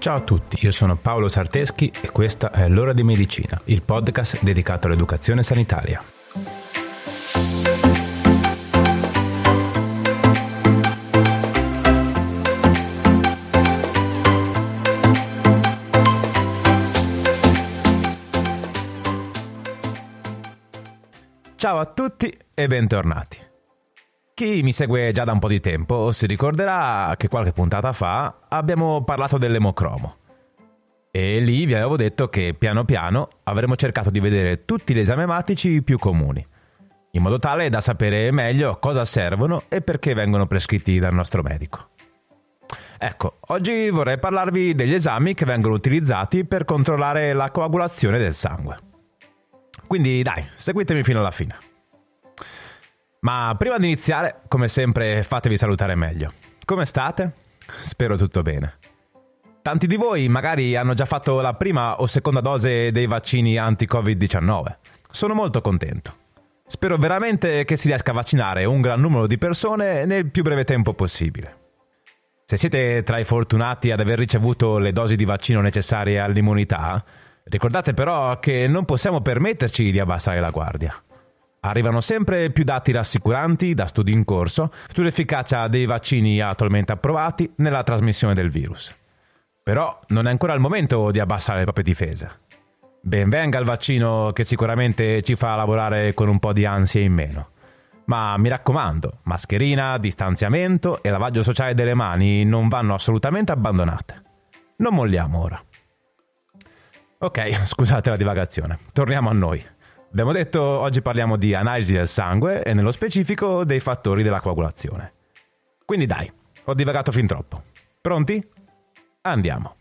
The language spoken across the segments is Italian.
Ciao a tutti, io sono Paolo Sarteschi e questa è L'Ora di Medicina, il podcast dedicato all'educazione sanitaria. Ciao a tutti e bentornati. Chi mi segue già da un po' di tempo si ricorderà che qualche puntata fa abbiamo parlato dell'emocromo e lì vi avevo detto che piano piano avremmo cercato di vedere tutti gli esami ematici più comuni, in modo tale da sapere meglio cosa servono e perché vengono prescritti dal nostro medico. Ecco, oggi vorrei parlarvi degli esami che vengono utilizzati per controllare la coagulazione del sangue. Quindi dai, seguitemi fino alla fine. Ma prima di iniziare, come sempre, fatevi salutare meglio. Come state? Spero tutto bene. Tanti di voi magari hanno già fatto la prima o seconda dose dei vaccini anti-Covid-19. Sono molto contento. Spero veramente che si riesca a vaccinare un gran numero di persone nel più breve tempo possibile. Se siete tra i fortunati ad aver ricevuto le dosi di vaccino necessarie all'immunità, ricordate però che non possiamo permetterci di abbassare la guardia. Arrivano sempre più dati rassicuranti da studi in corso sull'efficacia dei vaccini attualmente approvati nella trasmissione del virus. Però non è ancora il momento di abbassare le proprie difese. Ben venga il vaccino che sicuramente ci fa lavorare con un po' di ansia in meno. Ma mi raccomando, mascherina, distanziamento e lavaggio sociale delle mani non vanno assolutamente abbandonate. Non molliamo ora. Ok, scusate la divagazione. Torniamo a noi. Abbiamo detto oggi parliamo di analisi del sangue e nello specifico dei fattori della coagulazione. Quindi dai, ho divagato fin troppo. Pronti? Andiamo.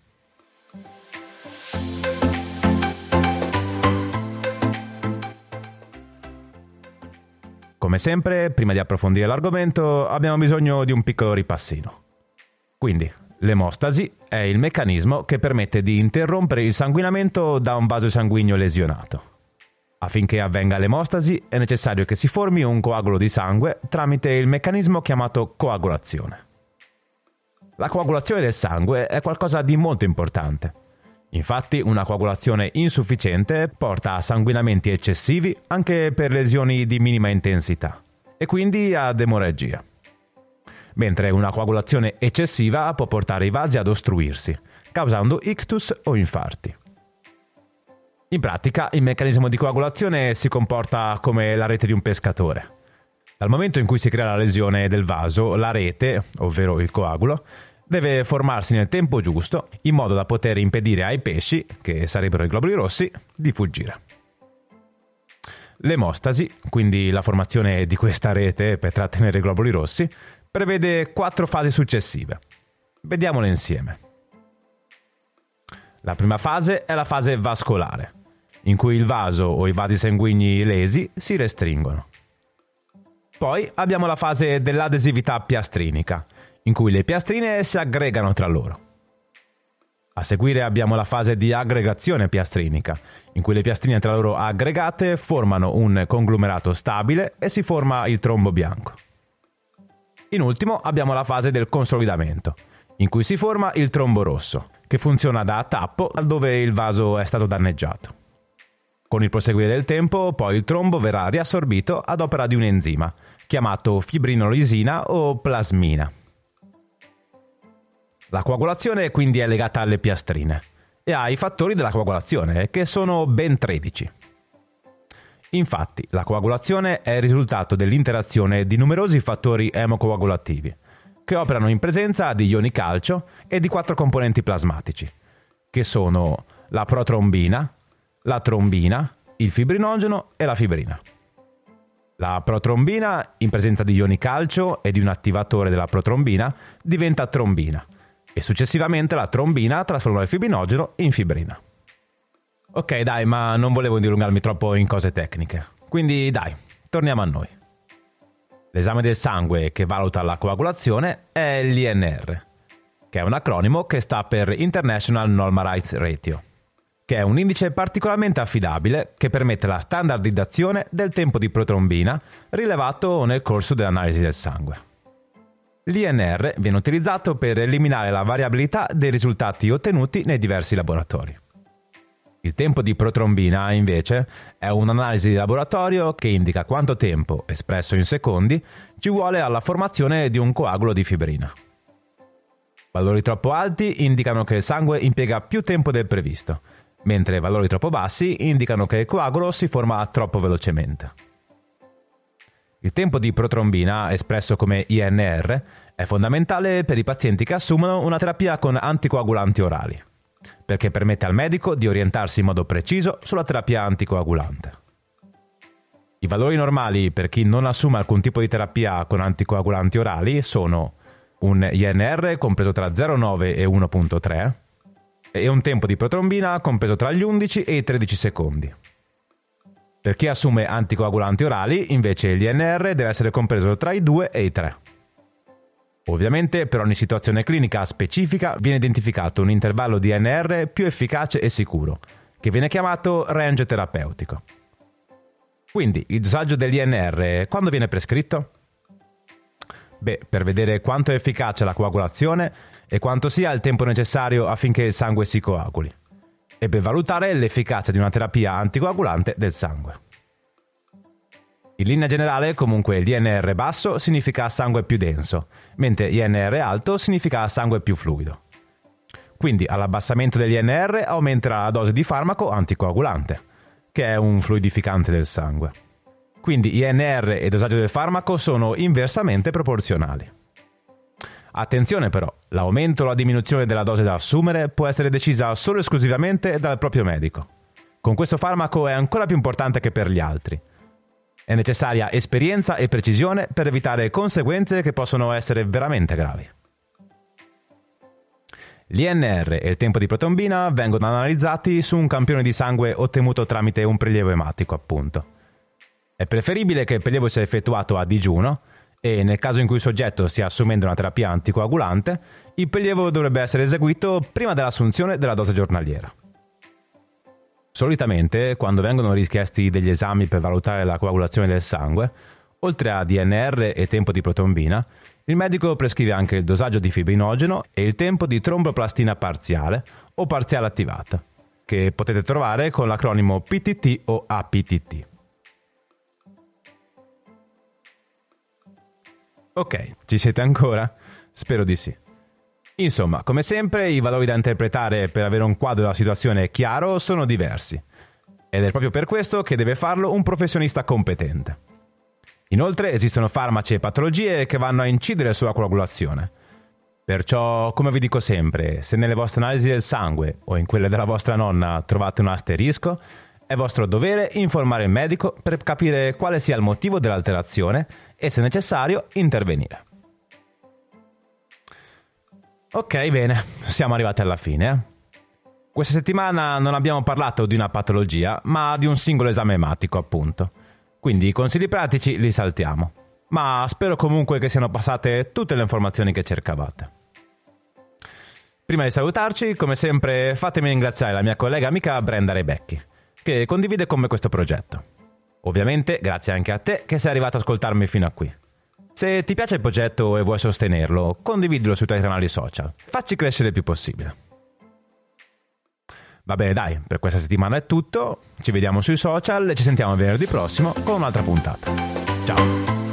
Come sempre, prima di approfondire l'argomento, abbiamo bisogno di un piccolo ripassino. Quindi, l'emostasi è il meccanismo che permette di interrompere il sanguinamento da un vaso sanguigno lesionato. Affinché avvenga l'emostasi è necessario che si formi un coagulo di sangue tramite il meccanismo chiamato coagulazione. La coagulazione del sangue è qualcosa di molto importante. Infatti una coagulazione insufficiente porta a sanguinamenti eccessivi anche per lesioni di minima intensità e quindi ad emorragia. Mentre una coagulazione eccessiva può portare i vasi ad ostruirsi, causando ictus o infarti. In pratica, il meccanismo di coagulazione si comporta come la rete di un pescatore. Dal momento in cui si crea la lesione del vaso, la rete, ovvero il coagulo, deve formarsi nel tempo giusto in modo da poter impedire ai pesci, che sarebbero i globuli rossi, di fuggire. L'emostasi, quindi la formazione di questa rete per trattenere i globuli rossi, prevede 4 fasi successive. Vediamole insieme. La prima fase è la fase vascolare, in cui il vaso o i vasi sanguigni lesi si restringono. Poi abbiamo la fase dell'adesività piastrinica, in cui le piastrine si aggregano tra loro. A seguire abbiamo la fase di aggregazione piastrinica, in cui le piastrine tra loro aggregate formano un conglomerato stabile e si forma il trombo bianco. In ultimo abbiamo la fase del consolidamento, in cui si forma il trombo rosso, che funziona da tappo dove il vaso è stato danneggiato. Con il proseguire del tempo, poi il trombo verrà riassorbito ad opera di un enzima, chiamato fibrinolisina o plasmina. La coagulazione quindi è legata alle piastrine e ai fattori della coagulazione, che sono ben 13. Infatti, la coagulazione è il risultato dell'interazione di numerosi fattori emocoagulativi, che operano in presenza di ioni calcio e di 4 componenti plasmatici, che sono la protrombina, la trombina, il fibrinogeno e la fibrina. La protrombina, in presenza di ioni calcio e di un attivatore della protrombina, diventa trombina e successivamente la trombina trasforma il fibrinogeno in fibrina. Ok dai, ma non volevo dilungarmi troppo in cose tecniche, quindi dai, torniamo a noi. L'esame del sangue che valuta la coagulazione è l'INR, che è un acronimo che sta per International Normal Rate Ratio, che è un indice particolarmente affidabile che permette la standardizzazione del tempo di protrombina rilevato nel corso dell'analisi del sangue. L'INR viene utilizzato per eliminare la variabilità dei risultati ottenuti nei diversi laboratori. Il tempo di protrombina, invece, è un'analisi di laboratorio che indica quanto tempo, espresso in secondi, ci vuole alla formazione di un coagulo di fibrina. Valori troppo alti indicano che il sangue impiega più tempo del previsto, mentre valori troppo bassi indicano che il coagulo si forma troppo velocemente. Il tempo di protrombina, espresso come INR, è fondamentale per i pazienti che assumono una terapia con anticoagulanti orali, perché permette al medico di orientarsi in modo preciso sulla terapia anticoagulante. I valori normali per chi non assume alcun tipo di terapia con anticoagulanti orali sono un INR compreso tra 0,9 e 1,3 e un tempo di protrombina compreso tra gli 11 e i 13 secondi. Per chi assume anticoagulanti orali, invece, l'INR deve essere compreso tra i 2 e i 3. Ovviamente, per ogni situazione clinica specifica viene identificato un intervallo di INR più efficace e sicuro, che viene chiamato range terapeutico. Quindi, il dosaggio dell'INR quando viene prescritto? Per vedere quanto è efficace la coagulazione e quanto sia il tempo necessario affinché il sangue si coaguli, e per valutare l'efficacia di una terapia anticoagulante del sangue. In linea generale, comunque, l'INR basso significa sangue più denso, mentre INR alto significa sangue più fluido. Quindi, all'abbassamento dell'INR aumenterà la dose di farmaco anticoagulante, che è un fluidificante del sangue. Quindi INR e dosaggio del farmaco sono inversamente proporzionali. Attenzione però, l'aumento o la diminuzione della dose da assumere può essere decisa solo e esclusivamente dal proprio medico. Con questo farmaco è ancora più importante che per gli altri. È necessaria esperienza e precisione per evitare conseguenze che possono essere veramente gravi. L'INR e il tempo di protrombina vengono analizzati su un campione di sangue ottenuto tramite un prelievo ematico, appunto. È preferibile che il prelievo sia effettuato a digiuno e, nel caso in cui il soggetto stia assumendo una terapia anticoagulante, il prelievo dovrebbe essere eseguito prima dell'assunzione della dose giornaliera. Solitamente, quando vengono richiesti degli esami per valutare la coagulazione del sangue, oltre a DNR e tempo di protrombina, il medico prescrive anche il dosaggio di fibrinogeno e il tempo di tromboplastina parziale o parziale attivata, che potete trovare con l'acronimo PTT o APTT. Ok, ci siete ancora? Spero di sì. Insomma, come sempre, i valori da interpretare per avere un quadro della situazione chiaro sono diversi. Ed è proprio per questo che deve farlo un professionista competente. Inoltre, esistono farmaci e patologie che vanno a incidere sulla coagulazione. Perciò, come vi dico sempre, se nelle vostre analisi del sangue o in quelle della vostra nonna trovate un asterisco, è vostro dovere informare il medico per capire quale sia il motivo dell'alterazione e, se necessario, intervenire. Ok, bene, siamo arrivati alla fine. Questa settimana non abbiamo parlato di una patologia, ma di un singolo esame ematico, appunto. Quindi i consigli pratici li saltiamo. Ma spero comunque che siano passate tutte le informazioni che cercavate. Prima di salutarci, come sempre, fatemi ringraziare la mia collega amica Brenda Rebecchi, che condivide con me questo progetto. Ovviamente, grazie anche a te che sei arrivato ad ascoltarmi fino a qui. Se ti piace il progetto e vuoi sostenerlo, condividilo sui tuoi canali social. Facci crescere il più possibile. Va bene, dai, per questa settimana è tutto. Ci vediamo sui social e ci sentiamo venerdì prossimo con un'altra puntata. Ciao!